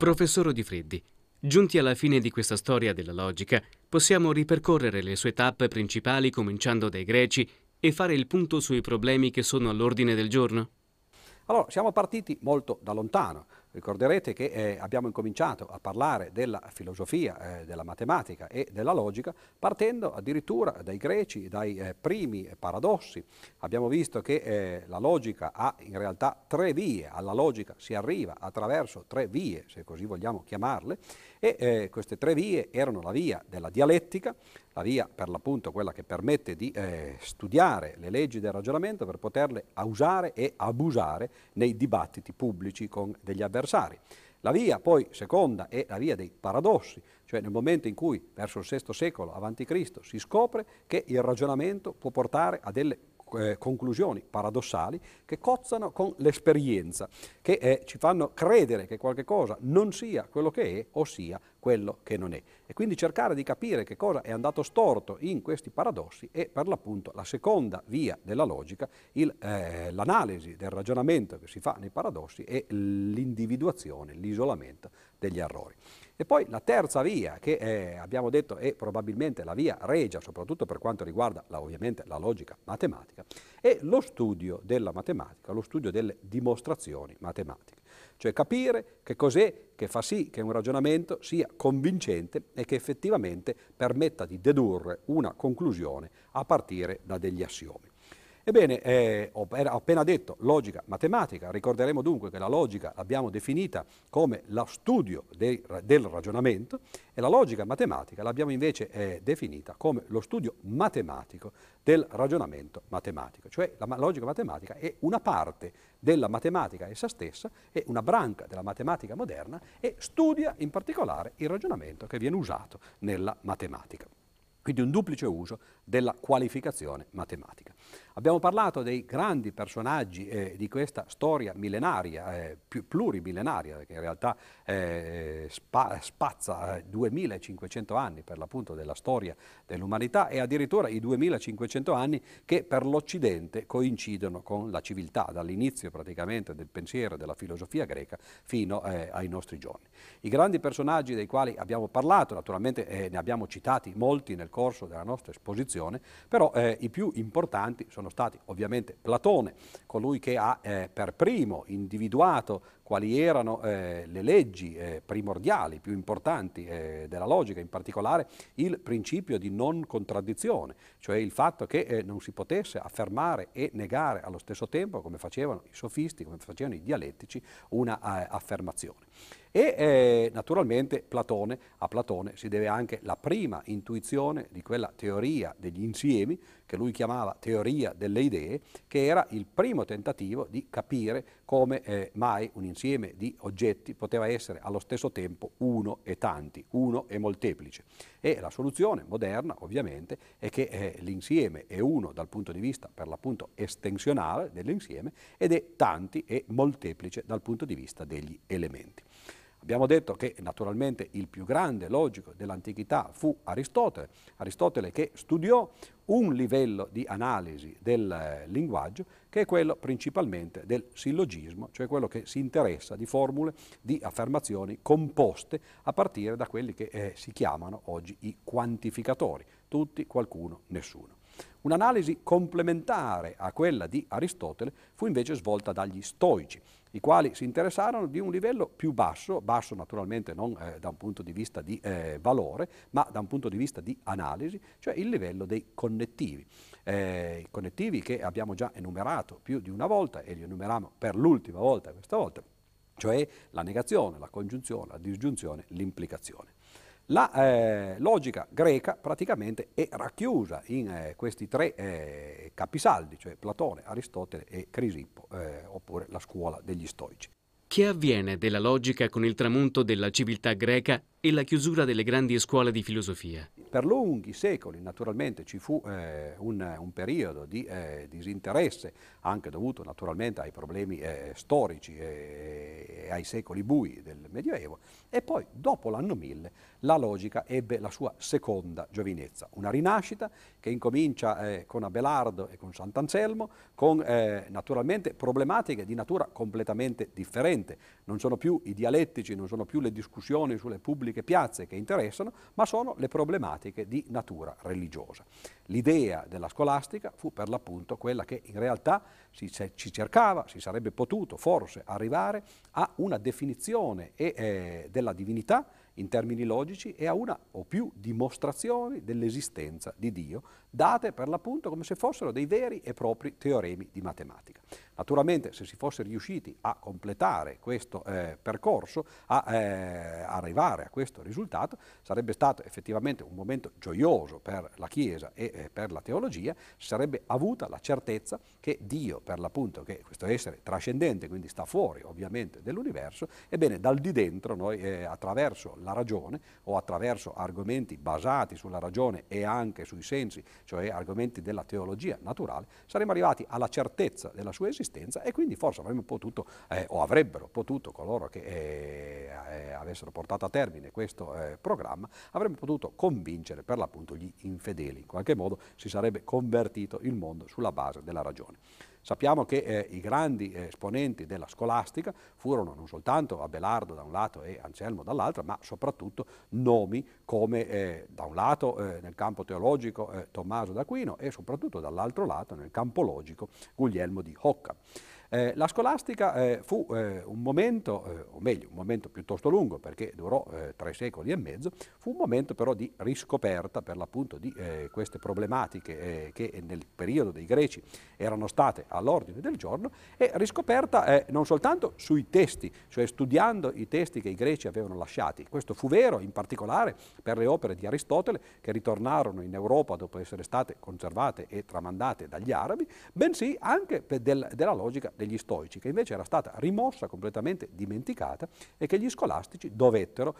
Professor Di Freddi, giunti alla fine di questa storia della logica, possiamo ripercorrere le sue tappe principali cominciando dai Greci e fare il punto sui problemi che sono all'ordine del giorno? Allora, siamo partiti molto da lontano. Ricorderete che abbiamo incominciato a parlare della filosofia, della matematica e della logica partendo addirittura dai greci, dai primi paradossi. Abbiamo visto che la logica ha in realtà tre vie, alla logica si arriva attraverso tre vie, se così vogliamo chiamarle, e queste tre vie erano la via della dialettica, la via per l'appunto quella che permette di studiare le leggi del ragionamento per poterle usare e abusare nei dibattiti pubblici con degli avversari. La via poi seconda è la via dei paradossi, cioè nel momento in cui verso il VI secolo a.C. si scopre che il ragionamento può portare a delle conclusioni paradossali che cozzano con l'esperienza, che ci fanno credere che qualche cosa non sia quello che è o sia quello che non è. E quindi cercare di capire che cosa è andato storto in questi paradossi è per l'appunto la seconda via della logica, l'analisi del ragionamento che si fa nei paradossi e l'individuazione, l'isolamento degli errori. E poi la terza via, che abbiamo detto è probabilmente la via regia, soprattutto per quanto riguarda ovviamente la logica matematica, è lo studio della matematica, lo studio delle dimostrazioni matematiche. Cioè capire che cos'è che fa sì che un ragionamento sia convincente e che effettivamente permetta di dedurre una conclusione a partire da degli assiomi. Ebbene, ho appena detto logica matematica, ricorderemo dunque che la logica l'abbiamo definita come lo studio del ragionamento e la logica matematica l'abbiamo invece definita come lo studio matematico del ragionamento matematico, cioè la logica matematica è una parte della matematica essa stessa, è una branca della matematica moderna e studia in particolare il ragionamento che viene usato nella matematica. Quindi un duplice uso della qualificazione matematica. Abbiamo parlato dei grandi personaggi di questa storia millenaria, plurimillenaria, che in realtà spazza 2500 anni per l'appunto della storia dell'umanità e addirittura i 2500 anni che per l'Occidente coincidono con la civiltà, dall'inizio praticamente del pensiero della filosofia greca fino ai nostri giorni. I grandi personaggi dei quali abbiamo parlato, naturalmente ne abbiamo citati molti nel corso della nostra esposizione, però i più importanti sono stati ovviamente Platone, colui che ha per primo individuato quali erano le leggi primordiali, più importanti della logica, in particolare il principio di non contraddizione, cioè il fatto che non si potesse affermare e negare allo stesso tempo, come facevano i sofisti, come facevano i dialettici, una affermazione. E naturalmente a Platone si deve anche la prima intuizione di quella teoria degli insiemi, che lui chiamava teoria delle idee, che era il primo tentativo di capire come mai un insieme di oggetti poteva essere allo stesso tempo uno e tanti, uno e molteplice. E la soluzione moderna ovviamente è che l'insieme è uno dal punto di vista per l'appunto estensionale dell'insieme ed è tanti e molteplice dal punto di vista degli elementi. Abbiamo detto che naturalmente il più grande logico dell'antichità fu Aristotele, Aristotele che studiò un livello di analisi del linguaggio che è quello principalmente del sillogismo, cioè quello che si interessa di formule, di affermazioni composte a partire da quelli che si chiamano oggi i quantificatori, tutti, qualcuno, nessuno. Un'analisi complementare a quella di Aristotele fu invece svolta dagli stoici, i quali si interessarono di un livello più basso, basso naturalmente non da un punto di vista di valore, ma da un punto di vista di analisi, cioè il livello dei connettivi. I connettivi che abbiamo già enumerato più di una volta e li enumeriamo per l'ultima volta questa volta, cioè la negazione, la congiunzione, la disgiunzione, l'implicazione. La logica greca praticamente è racchiusa in questi tre capisaldi, cioè Platone, Aristotele e Crisippo, oppure la scuola degli stoici. Che avviene della logica con il tramonto della civiltà greca e la chiusura delle grandi scuole di filosofia? Per lunghi secoli naturalmente ci fu un periodo di disinteresse, anche dovuto naturalmente ai problemi storici e ai secoli bui del Medioevo, e poi dopo l'anno 1000 la logica ebbe la sua seconda giovinezza, una rinascita che incomincia con Abelardo e con Sant'Anselmo, con naturalmente problematiche di natura completamente differente. Non sono più i dialettici, non sono più le discussioni sulle pubbliche piazze che interessano, ma sono le problematiche di natura religiosa. L'idea della scolastica fu per l'appunto quella che in realtà si cercava, si sarebbe potuto forse arrivare a una definizione della divinità in termini logici e a una o più dimostrazioni dell'esistenza di Dio, date per l'appunto come se fossero dei veri e propri teoremi di matematica. Naturalmente, se si fosse riusciti a completare questo percorso, a arrivare a questo risultato, sarebbe stato effettivamente un momento gioioso per la Chiesa e per la teologia. Si sarebbe avuta la certezza che Dio, per l'appunto, che questo essere trascendente, quindi sta fuori ovviamente dell'universo, ebbene dal di dentro noi attraverso la ragione o attraverso argomenti basati sulla ragione e anche sui sensi, cioè argomenti della teologia naturale, saremmo arrivati alla certezza della sua esistenza, e quindi forse avremmo potuto o avrebbero potuto coloro che avessero portato a termine questo programma, avremmo potuto convincere per l'appunto gli infedeli. In qualche modo si sarebbe convertito il mondo sulla base della ragione. Sappiamo che i grandi esponenti della scolastica furono non soltanto Abelardo da un lato e Anselmo dall'altro, ma soprattutto nomi come da un lato nel campo teologico Tommaso d'Aquino e soprattutto dall'altro lato nel campo logico Guglielmo di Ockham. La scolastica fu un momento, o meglio, un momento piuttosto lungo perché durò 3 secoli e mezzo, fu un momento però di riscoperta per l'appunto di queste problematiche che nel periodo dei Greci erano state all'ordine del giorno, e riscoperta non soltanto sui testi, cioè studiando i testi che i Greci avevano lasciati. Questo fu vero in particolare per le opere di Aristotele che ritornarono in Europa dopo essere state conservate e tramandate dagli arabi, bensì anche della logica degli stoici, che invece era stata rimossa, completamente dimenticata, e che gli scolastici dovettero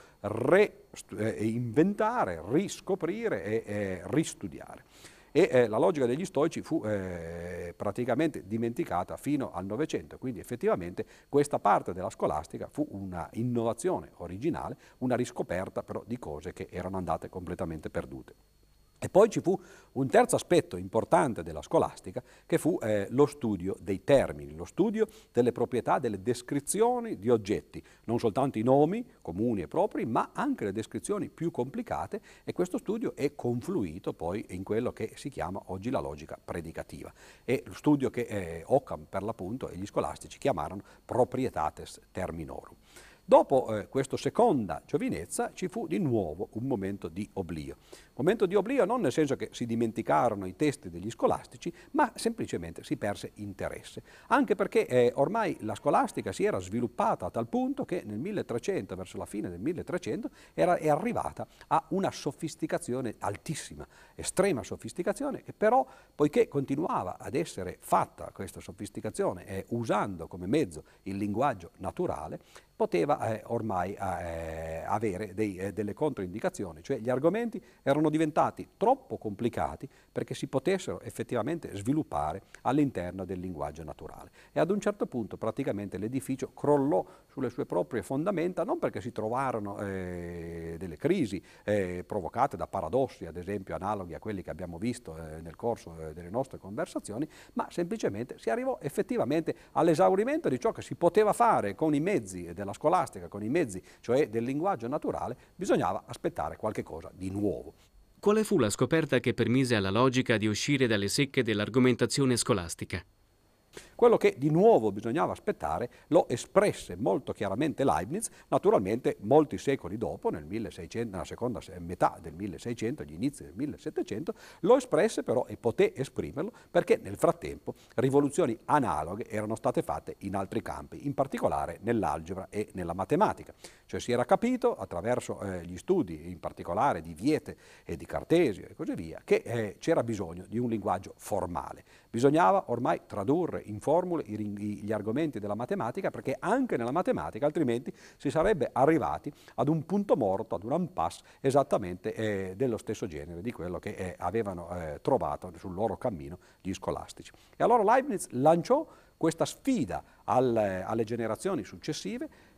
reinventare, riscoprire e ristudiare. La logica degli stoici fu praticamente dimenticata fino al Novecento, quindi effettivamente questa parte della scolastica fu una innovazione originale, una riscoperta però di cose che erano andate completamente perdute. E poi ci fu un terzo aspetto importante della scolastica, che fu lo studio dei termini, lo studio delle proprietà, delle descrizioni di oggetti, non soltanto i nomi comuni e propri, ma anche le descrizioni più complicate, e questo studio è confluito poi in quello che si chiama oggi la logica predicativa. È lo studio che Occam per l'appunto e gli scolastici chiamarono proprietates terminorum. Dopo questa seconda giovinezza ci fu di nuovo un momento di oblio. Momento di oblio non nel senso che si dimenticarono i testi degli scolastici, ma semplicemente si perse interesse. Anche perché ormai la scolastica si era sviluppata a tal punto che nel 1300, verso la fine del 1300, è arrivata a una sofisticazione altissima, estrema sofisticazione, che però, poiché continuava ad essere fatta questa sofisticazione usando come mezzo il linguaggio naturale, poteva ormai avere delle controindicazioni, cioè gli argomenti erano diventati troppo complicati perché si potessero effettivamente sviluppare all'interno del linguaggio naturale. E ad un certo punto praticamente l'edificio crollò sulle sue proprie fondamenta, non perché si trovarono delle crisi provocate da paradossi, ad esempio analoghi a quelli che abbiamo visto nel corso delle nostre conversazioni, ma semplicemente si arrivò effettivamente all'esaurimento di ciò che si poteva fare con i mezzi della scolastica, con i mezzi cioè del linguaggio naturale. Bisognava aspettare qualche cosa di nuovo. Quale fu la scoperta che permise alla logica di uscire dalle secche dell'argomentazione scolastica? Quello che di nuovo bisognava aspettare lo espresse molto chiaramente Leibniz, naturalmente molti secoli dopo, nel 1600, nella seconda metà del 1600, agli inizi del 1700, lo espresse però e poté esprimerlo perché nel frattempo rivoluzioni analoghe erano state fatte in altri campi, in particolare nell'algebra e nella matematica. Cioè si era capito attraverso gli studi, in particolare di Viete e di Cartesio e così via, che c'era bisogno di un linguaggio formale. Bisognava ormai tradurre in formule gli argomenti della matematica, perché anche nella matematica altrimenti si sarebbe arrivati ad un punto morto, ad un impasse esattamente dello stesso genere di quello che avevano trovato sul loro cammino gli scolastici. E allora Leibniz lanciò questa sfida alle generazioni successive,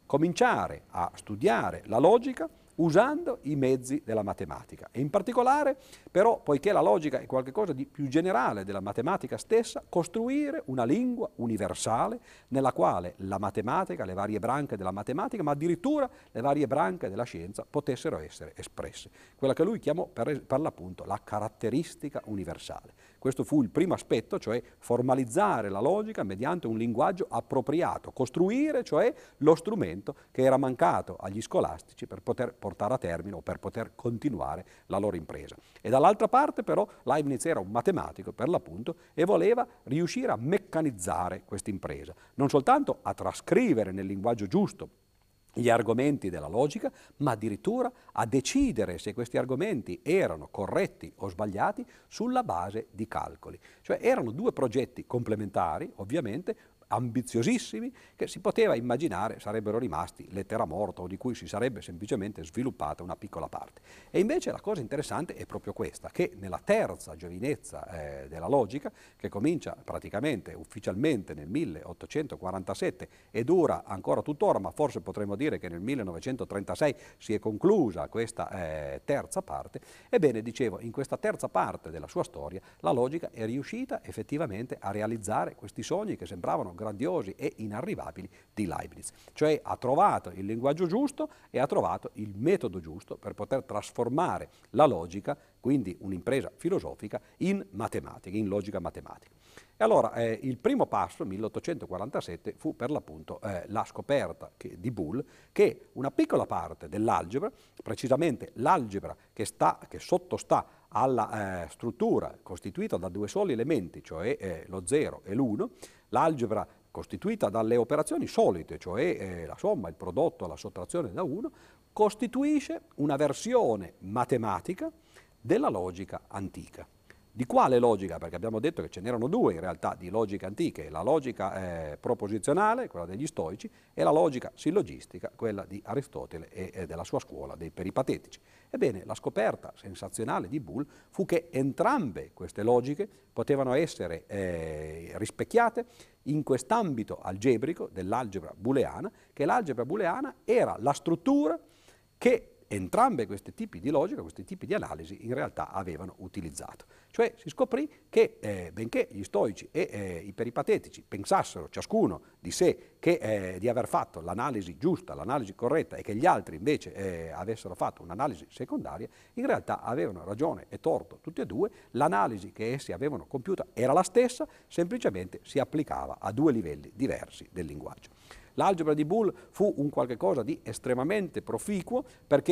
cominciare a studiare la logica usando i mezzi della matematica e in particolare però, poiché la logica è qualcosa di più generale della matematica stessa, costruire una lingua universale nella quale la matematica, le varie branche della matematica, ma addirittura le varie branche della scienza potessero essere espresse. Quella che lui chiamò per l'appunto la caratteristica universale. Questo fu il primo aspetto, cioè formalizzare la logica mediante un linguaggio appropriato, costruire cioè lo strumento che era mancato agli scolastici per poter portare a termine o per poter continuare la loro impresa. E dall'altra parte però Leibniz era un matematico per l'appunto e voleva riuscire a meccanizzare questa impresa, non soltanto a trascrivere nel linguaggio giusto gli argomenti della logica, ma addirittura a decidere se questi argomenti erano corretti o sbagliati sulla base di calcoli. Cioè erano due progetti complementari, ovviamente, ambiziosissimi, che si poteva immaginare sarebbero rimasti lettera morta o di cui si sarebbe semplicemente sviluppata una piccola parte. E invece la cosa interessante è proprio questa, che nella terza giovinezza della logica, che comincia praticamente ufficialmente nel 1847 e dura ancora tuttora, ma forse potremmo dire che nel 1936 si è conclusa questa terza parte, ebbene, dicevo, in questa terza parte della sua storia la logica è riuscita effettivamente a realizzare questi sogni che sembravano grandiosi e inarrivabili di Leibniz, cioè ha trovato il linguaggio giusto e ha trovato il metodo giusto per poter trasformare la logica, quindi un'impresa filosofica, in matematica, in logica matematica. E allora il primo passo, 1847, fu per l'appunto la scoperta di Boole che una piccola parte dell'algebra, precisamente l'algebra che sottostà alla struttura costituita da due soli elementi, cioè lo 0 e l'1, l'algebra costituita dalle operazioni solite, cioè la somma, il prodotto, la sottrazione da 1, costituisce una versione matematica della logica antica. Di quale logica? Perché abbiamo detto che ce n'erano due in realtà di logiche antiche, la logica proposizionale, quella degli stoici, e la logica sillogistica, quella di Aristotele e della sua scuola, dei peripatetici. Ebbene, la scoperta sensazionale di Boole fu che entrambe queste logiche potevano essere rispecchiate in quest'ambito algebrico dell'algebra booleana, che l'algebra booleana era la struttura che entrambe questi tipi di logica, questi tipi di analisi in realtà avevano utilizzato. Cioè si scoprì che benché gli stoici e i peripatetici pensassero ciascuno di sé che di aver fatto l'analisi giusta, l'analisi corretta e che gli altri invece avessero fatto un'analisi secondaria, in realtà avevano ragione e torto tutti e due, l'analisi che essi avevano compiuto era la stessa, semplicemente si applicava a due livelli diversi del linguaggio. L'algebra di Boole fu un qualche cosa di estremamente proficuo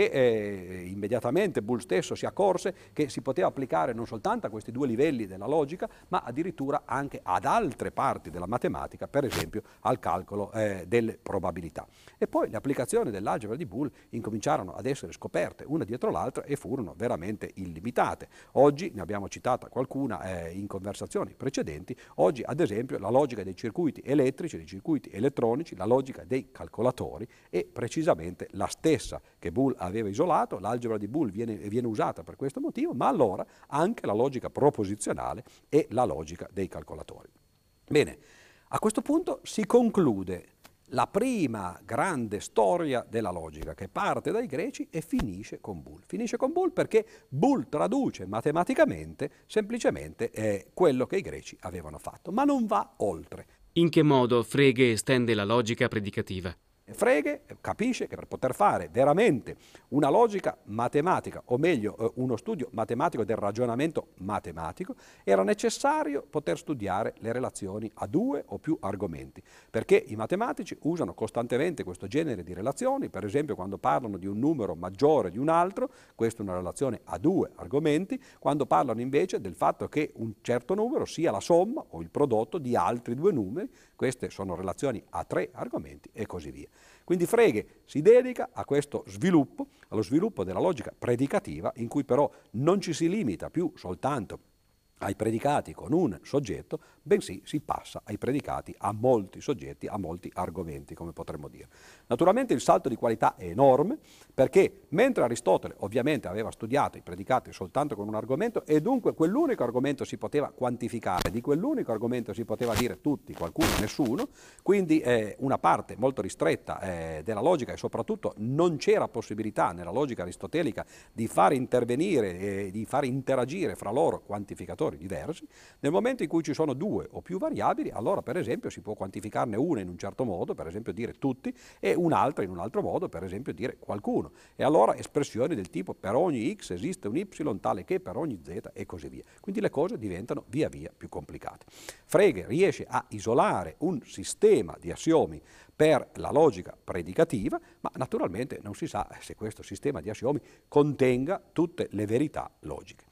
perché immediatamente Boole stesso si accorse che si poteva applicare non soltanto a questi due livelli della logica, ma addirittura anche ad altre parti della matematica, per esempio al calcolo delle probabilità. E poi le applicazioni dell'algebra di Boole incominciarono ad essere scoperte una dietro l'altra e furono veramente illimitate. Oggi ne abbiamo citata qualcuna in conversazioni precedenti. Oggi, ad esempio, la logica dei circuiti elettrici, dei circuiti elettronici, la logica dei calcolatori è precisamente la stessa che Boole aveva isolato. L'algebra di Boole viene usata per questo motivo, ma allora anche la logica proposizionale e la logica dei calcolatori. Bene, a questo punto si conclude la prima grande storia della logica che parte dai greci e finisce con Boole. Finisce con Boole perché Boole traduce matematicamente semplicemente quello che i greci avevano fatto, ma non va oltre. In che modo Frege estende la logica predicativa? Frege capisce che per poter fare veramente una logica matematica, o meglio uno studio matematico del ragionamento matematico, era necessario poter studiare le relazioni a due o più argomenti, perché i matematici usano costantemente questo genere di relazioni, per esempio quando parlano di un numero maggiore di un altro, questa è una relazione a due argomenti, quando parlano invece del fatto che un certo numero sia la somma o il prodotto di altri due numeri, queste sono relazioni a tre argomenti e così via. Quindi Frege si dedica a questo sviluppo, allo sviluppo della logica predicativa, in cui però non ci si limita più soltanto ai predicati con un soggetto, bensì si passa ai predicati a molti soggetti, a molti argomenti, come potremmo dire. Naturalmente il salto di qualità è enorme, perché mentre Aristotele ovviamente aveva studiato i predicati soltanto con un argomento, e dunque quell'unico argomento si poteva quantificare, di quell'unico argomento si poteva dire tutti, qualcuno, nessuno, quindi una parte molto ristretta della logica, e soprattutto non c'era possibilità nella logica aristotelica di far intervenire, di far interagire fra loro quantificatori diversi. Nel momento in cui ci sono due o più variabili, allora per esempio si può quantificarne una in un certo modo, per esempio dire tutti, e un'altra in un altro modo, per esempio dire qualcuno. E allora espressioni del tipo per ogni x esiste un y tale che per ogni z e così via. Quindi le cose diventano via via più complicate. Frege riesce a isolare un sistema di assiomi per la logica predicativa, ma naturalmente non si sa se questo sistema di assiomi contenga tutte le verità logiche.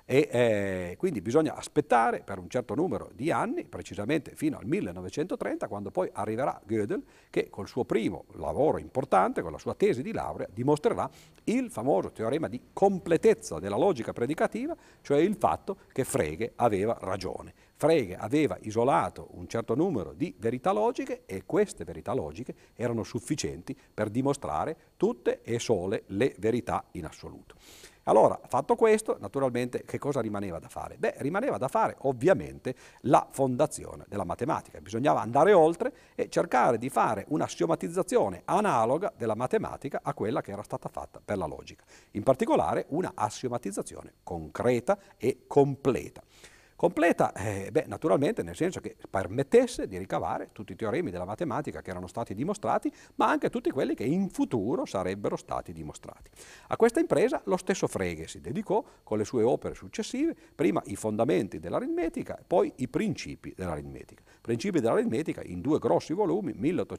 E quindi bisogna aspettare per un certo numero di anni, precisamente fino al 1930, quando poi arriverà Gödel, che col suo primo lavoro importante, con la sua tesi di laurea, dimostrerà il famoso teorema di completezza della logica predicativa, cioè il fatto che Frege aveva ragione. Frege aveva isolato un certo numero di verità logiche, e queste verità logiche erano sufficienti per dimostrare tutte e sole le verità in assoluto. Allora, fatto questo, naturalmente, che cosa rimaneva da fare? Beh, rimaneva da fare ovviamente la fondazione della matematica. Bisognava andare oltre e cercare di fare un'assiomatizzazione analoga della matematica a quella che era stata fatta per la logica. In particolare una assiomatizzazione concreta e completa. Completa, naturalmente, nel senso che permettesse di ricavare tutti i teoremi della matematica che erano stati dimostrati, ma anche tutti quelli che in futuro sarebbero stati dimostrati. A questa impresa lo stesso Frege si dedicò con le sue opere successive, prima i fondamenti dell'aritmetica, poi i principi dell'aritmetica. Principi dell'aritmetica in due grossi volumi,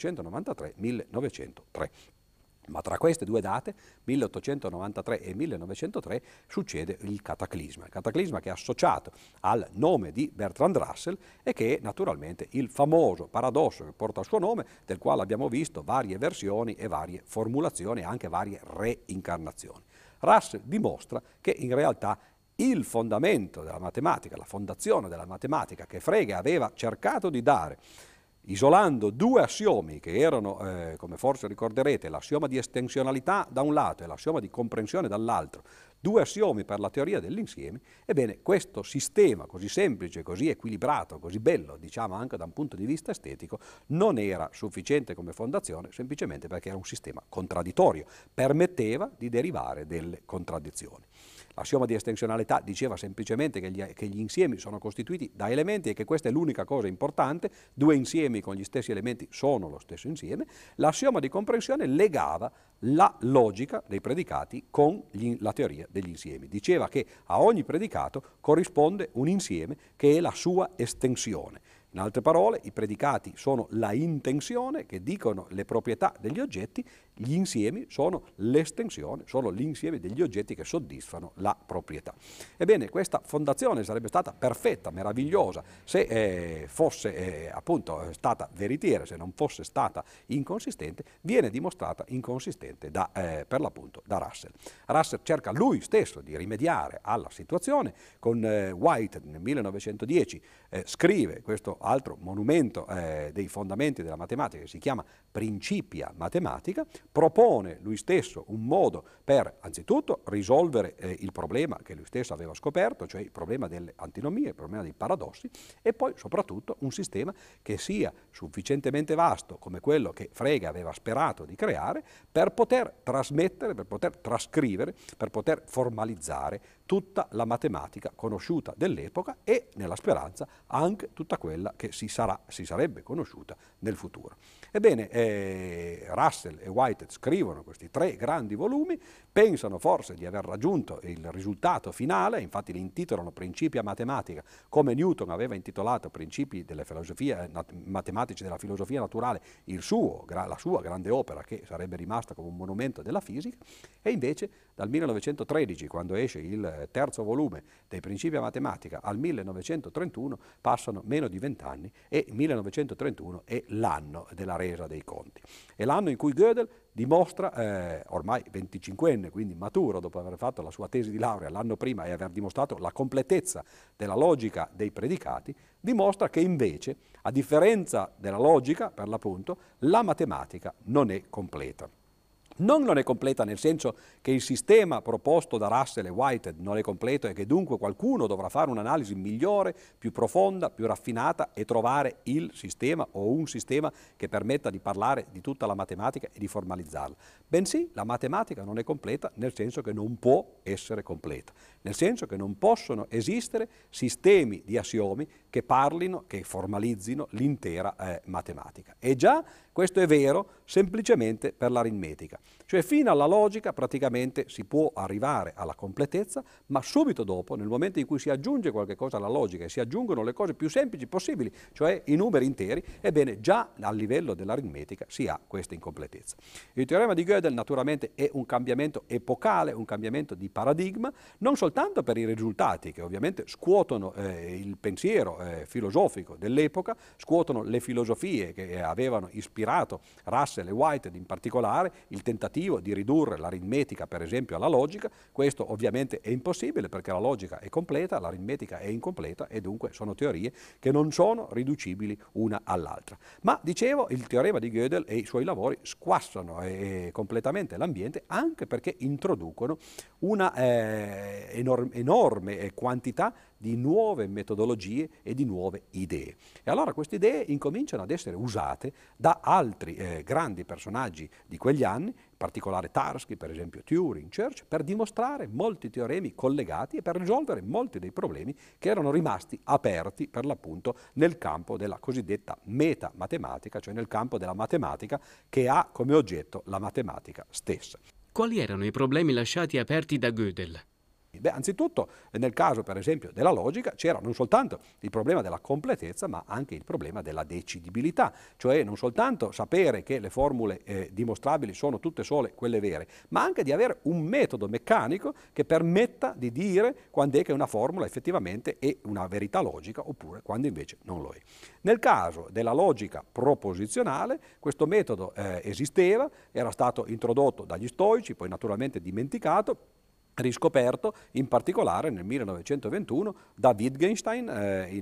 1893-1903. Ma tra queste due date, 1893 e 1903, succede il cataclisma che è associato al nome di Bertrand Russell e che è naturalmente il famoso paradosso che porta il suo nome, del quale abbiamo visto varie versioni e varie formulazioni e anche varie reincarnazioni. Russell dimostra che in realtà il fondamento della matematica, la fondazione della matematica che Frege aveva cercato di dare, isolando due assiomi che erano, come forse ricorderete, l'assioma di estensionalità da un lato e l'assioma di comprensione dall'altro, due assiomi per la teoria degli insiemi, ebbene questo sistema così semplice, così equilibrato, così bello, diciamo anche da un punto di vista estetico, non era sufficiente come fondazione semplicemente perché era un sistema contraddittorio, permetteva di derivare delle contraddizioni. L'assioma di estensionalità diceva semplicemente che gli insiemi sono costituiti da elementi e che questa è l'unica cosa importante, due insiemi con gli stessi elementi sono lo stesso insieme. L'assioma di comprensione legava la logica dei predicati con la teoria degli insiemi. Diceva che a ogni predicato corrisponde un insieme che è la sua estensione. In altre parole, i predicati sono la intensione che dicono le proprietà degli oggetti, gli insiemi sono l'estensione, sono l'insieme degli oggetti che soddisfano la proprietà. Ebbene, questa fondazione sarebbe stata perfetta, meravigliosa, se fosse appunto stata veritiera, se non fosse stata inconsistente, viene dimostrata inconsistente per l'appunto da Russell. Russell cerca lui stesso di rimediare alla situazione, con White nel 1910 scrive questo altro monumento dei fondamenti della matematica che si chiama Principia Mathematica, propone lui stesso un modo per anzitutto risolvere il problema che lui stesso aveva scoperto, cioè il problema delle antinomie, il problema dei paradossi, e poi soprattutto un sistema che sia sufficientemente vasto come quello che Frege aveva sperato di creare per poter trasmettere, per poter trascrivere, per poter formalizzare tutta la matematica conosciuta dell'epoca e, nella speranza, anche tutta quella che si sarebbe conosciuta nel futuro. Ebbene, Russell e Whitehead scrivono questi tre grandi volumi, pensano forse di aver raggiunto il risultato finale, infatti li intitolano Principia Mathematica, come Newton aveva intitolato Principi delle matematici della filosofia naturale, la sua grande opera che sarebbe rimasta come un monumento della fisica, e invece dal 1913, quando esce il terzo volume dei Principia Mathematica, al 1931 passano meno di 20 anni e 1931 è l'anno della resa dei conti. È l'anno in cui Gödel dimostra, ormai 25enne, quindi maturo dopo aver fatto la sua tesi di laurea l'anno prima e aver dimostrato la completezza della logica dei predicati, dimostra che invece, a differenza della logica, per l'appunto, la matematica non è completa. Non è completa nel senso che il sistema proposto da Russell e Whitehead non è completo e che dunque qualcuno dovrà fare un'analisi migliore, più profonda, più raffinata e trovare il sistema o un sistema che permetta di parlare di tutta la matematica e di formalizzarla. Bensì la matematica non è completa nel senso che non può essere completa, nel senso che non possono esistere sistemi di assiomi che parlino, che formalizzino l'intera matematica. E già questo è vero semplicemente per l'aritmetica. Cioè fino alla logica praticamente si può arrivare alla completezza, ma subito dopo, nel momento in cui si aggiunge qualche cosa alla logica e si aggiungono le cose più semplici possibili, cioè i numeri interi, ebbene già a livello dell'aritmetica si ha questa incompletezza. Il teorema di Gödel naturalmente è un cambiamento epocale, un cambiamento di paradigma, non soltanto per i risultati che ovviamente scuotono il pensiero filosofico dell'epoca, scuotono le filosofie che avevano ispirato Russell e Whitehead in particolare, il tentativo di ridurre l'aritmetica per esempio alla logica. Questo ovviamente è impossibile perché la logica è completa, l'aritmetica è incompleta e dunque sono teorie che non sono riducibili una all'altra. Ma dicevo, il teorema di Gödel e i suoi lavori squassano completamente l'ambiente anche perché introducono una enorme quantità di nuove metodologie e di nuove idee. E allora queste idee incominciano ad essere usate da altri grandi personaggi di quegli anni, in particolare Tarski, per esempio Turing, Church, per dimostrare molti teoremi collegati e per risolvere molti dei problemi che erano rimasti aperti per l'appunto nel campo della cosiddetta metamatematica, cioè nel campo della matematica che ha come oggetto la matematica stessa. Quali erano i problemi lasciati aperti da Gödel? Beh, anzitutto nel caso per esempio della logica c'era non soltanto il problema della completezza ma anche il problema della decidibilità, cioè non soltanto sapere che le formule dimostrabili sono tutte sole quelle vere, ma anche di avere un metodo meccanico che permetta di dire quando è che una formula effettivamente è una verità logica oppure quando invece non lo è. Nel caso della logica proposizionale questo metodo esisteva, era stato introdotto dagli stoici, poi naturalmente dimenticato, riscoperto in particolare nel 1921 da Wittgenstein in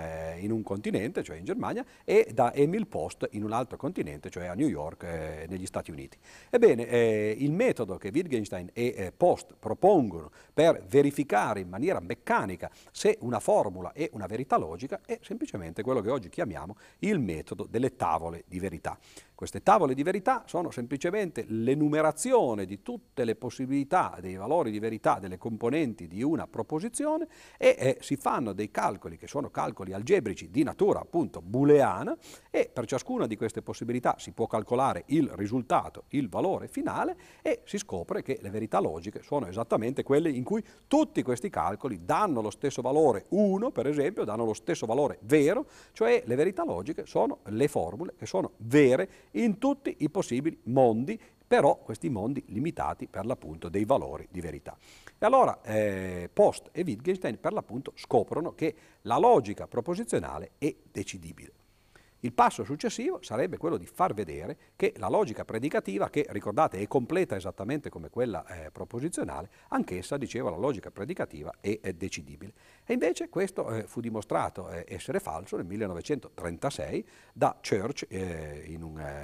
un continente, cioè in Germania, e da Emil Post in un altro continente, cioè a New York, negli Stati Uniti. Ebbene, il metodo che Wittgenstein e Post propongono per verificare in maniera meccanica se una formula è una verità logica è semplicemente quello che oggi chiamiamo il metodo delle tavole di verità. Queste tavole di verità sono semplicemente l'enumerazione di tutte le possibilità dei valori di verità delle componenti di una proposizione e si fanno dei calcoli che sono calcoli algebrici di natura appunto booleana e per ciascuna di queste possibilità si può calcolare il risultato, il valore finale e si scopre che le verità logiche sono esattamente quelle in cui tutti questi calcoli danno lo stesso valore 1, per esempio, danno lo stesso valore vero, cioè le verità logiche sono le formule che sono vere in tutti i possibili mondi, però questi mondi limitati per l'appunto dei valori di verità. E allora Post e Wittgenstein per l'appunto scoprono che la logica proposizionale è decidibile. Il passo successivo sarebbe quello di far vedere che la logica predicativa, che ricordate è completa esattamente come quella proposizionale, anch'essa, dicevo, la logica predicativa è decidibile. E invece questo fu dimostrato essere falso nel 1936 da Church in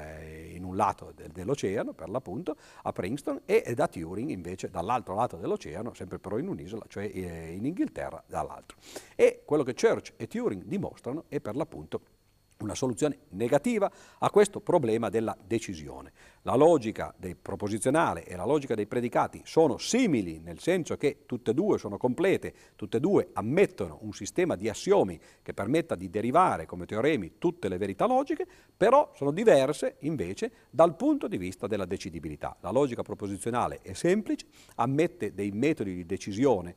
un lato dell'oceano, per l'appunto, a Princeton, e da Turing invece dall'altro lato dell'oceano, sempre però in un'isola, cioè in Inghilterra, dall'altro. E quello che Church e Turing dimostrano è per l'appunto una soluzione negativa a questo problema della decisione. La logica dei proposizionale e la logica dei predicati sono simili nel senso che tutte e due sono complete, tutte e due ammettono un sistema di assiomi che permetta di derivare come teoremi tutte le verità logiche, però sono diverse invece dal punto di vista della decidibilità. La logica proposizionale è semplice, ammette dei metodi di decisione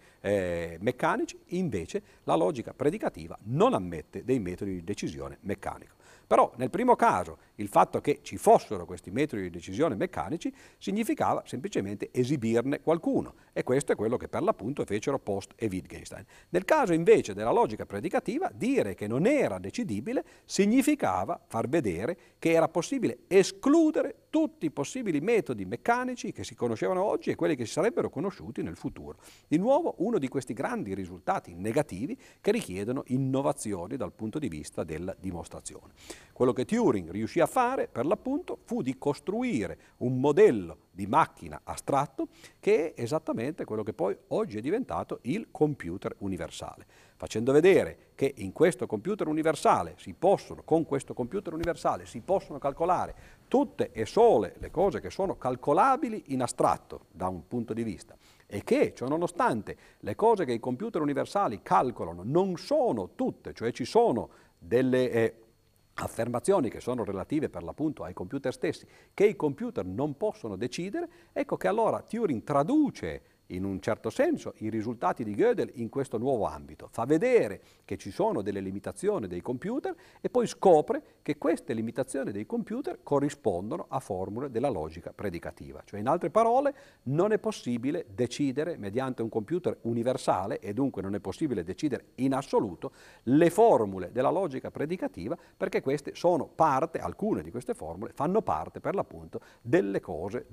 meccanici, invece la logica predicativa non ammette dei metodi di decisione meccanico. Però nel primo caso il fatto che ci fossero questi metodi di decisione meccanici significava semplicemente esibirne qualcuno, e questo è quello che per l'appunto fecero Post e Wittgenstein. Nel caso invece della logica predicativa, dire che non era decidibile significava far vedere che era possibile escludere tutti i possibili metodi meccanici che si conoscevano oggi e quelli che si sarebbero conosciuti nel futuro. Di nuovo uno di questi grandi risultati negativi che richiedono innovazioni dal punto di vista della dimostrazione. Quello che Turing riuscì a fare, per l'appunto, fu di costruire un modello di macchina astratto che è esattamente quello che poi oggi è diventato il computer universale, facendo vedere che in questo computer universale con questo computer universale si possono calcolare tutte e sole le cose che sono calcolabili in astratto da un punto di vista, e che, ciononostante, le cose che i computer universali calcolano non sono tutte, cioè ci sono delle affermazioni che sono relative per l'appunto ai computer stessi, che i computer non possono decidere. Ecco che allora Turing traduce in un certo senso i risultati di Gödel in questo nuovo ambito, fa vedere che ci sono delle limitazioni dei computer e poi scopre che queste limitazioni dei computer corrispondono a formule della logica predicativa, cioè in altre parole non è possibile decidere mediante un computer universale, e dunque non è possibile decidere in assoluto le formule della logica predicativa, perché queste sono parte, alcune di queste formule fanno parte per l'appunto delle cose,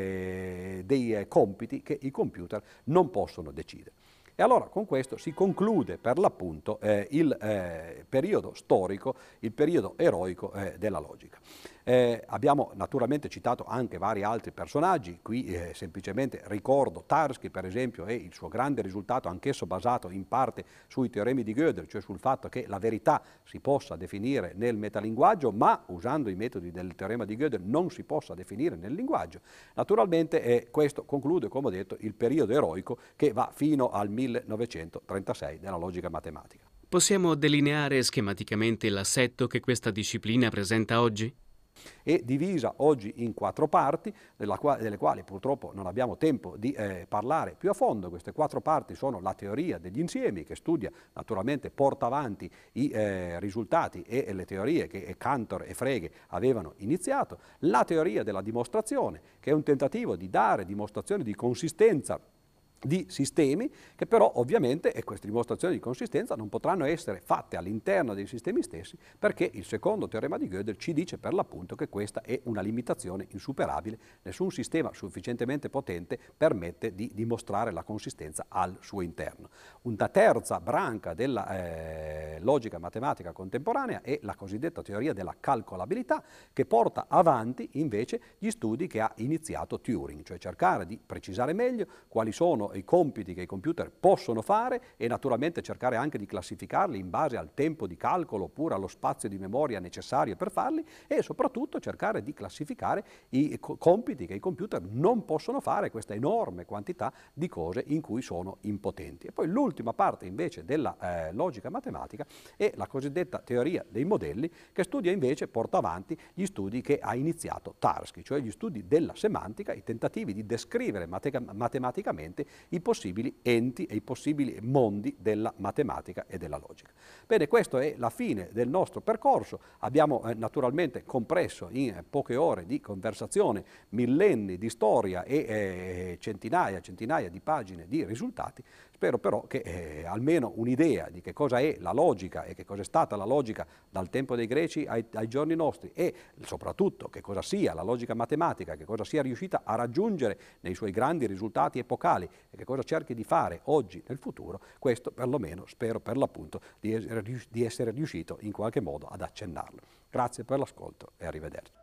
dei compiti che i computer non possono decidere. E allora con questo si conclude per l'appunto il periodo storico, il periodo eroico della logica. Abbiamo naturalmente citato anche vari altri personaggi, qui semplicemente ricordo Tarski per esempio e il suo grande risultato, anch'esso basato in parte sui teoremi di Gödel, cioè sul fatto che la verità si possa definire nel metalinguaggio, ma usando i metodi del teorema di Gödel non si possa definire nel linguaggio. Naturalmente questo conclude, come ho detto, il periodo eroico che va fino al 1936 nella logica matematica. Possiamo delineare schematicamente l'assetto che questa disciplina presenta oggi? È divisa oggi in 4 parti, delle quali purtroppo non abbiamo tempo di parlare più a fondo. Queste 4 parti sono la teoria degli insiemi, che studia naturalmente, porta avanti i risultati e le teorie che Cantor e Frege avevano iniziato, la teoria della dimostrazione, che è un tentativo di dare dimostrazione di consistenza di sistemi, che però ovviamente, e queste dimostrazioni di consistenza non potranno essere fatte all'interno dei sistemi stessi, perché il secondo teorema di Gödel ci dice per l'appunto che questa è una limitazione insuperabile. Nessun sistema sufficientemente potente permette di dimostrare la consistenza al suo interno. Una terza branca della logica matematica contemporanea è la cosiddetta teoria della calcolabilità, che porta avanti invece gli studi che ha iniziato Turing, cioè cercare di precisare meglio quali sono i compiti che i computer possono fare e naturalmente cercare anche di classificarli in base al tempo di calcolo oppure allo spazio di memoria necessario per farli, e soprattutto cercare di classificare i compiti che i computer non possono fare, questa enorme quantità di cose in cui sono impotenti. E poi l'ultima parte invece della logica matematica è la cosiddetta teoria dei modelli, che studia invece, porta avanti gli studi che ha iniziato Tarski, cioè gli studi della semantica, i tentativi di descrivere matematicamente i possibili enti e i possibili mondi della matematica e della logica. Bene, questa è la fine del nostro percorso. Abbiamo naturalmente compresso in poche ore di conversazione millenni di storia e centinaia di pagine di risultati. Spero però che almeno un'idea di che cosa è la logica e che cosa è stata la logica dal tempo dei Greci ai giorni nostri, e soprattutto che cosa sia la logica matematica, che cosa sia riuscita a raggiungere nei suoi grandi risultati epocali e che cosa cerchi di fare oggi nel futuro, questo perlomeno spero per l'appunto di essere riuscito in qualche modo ad accennarlo. Grazie per l'ascolto e arrivederci.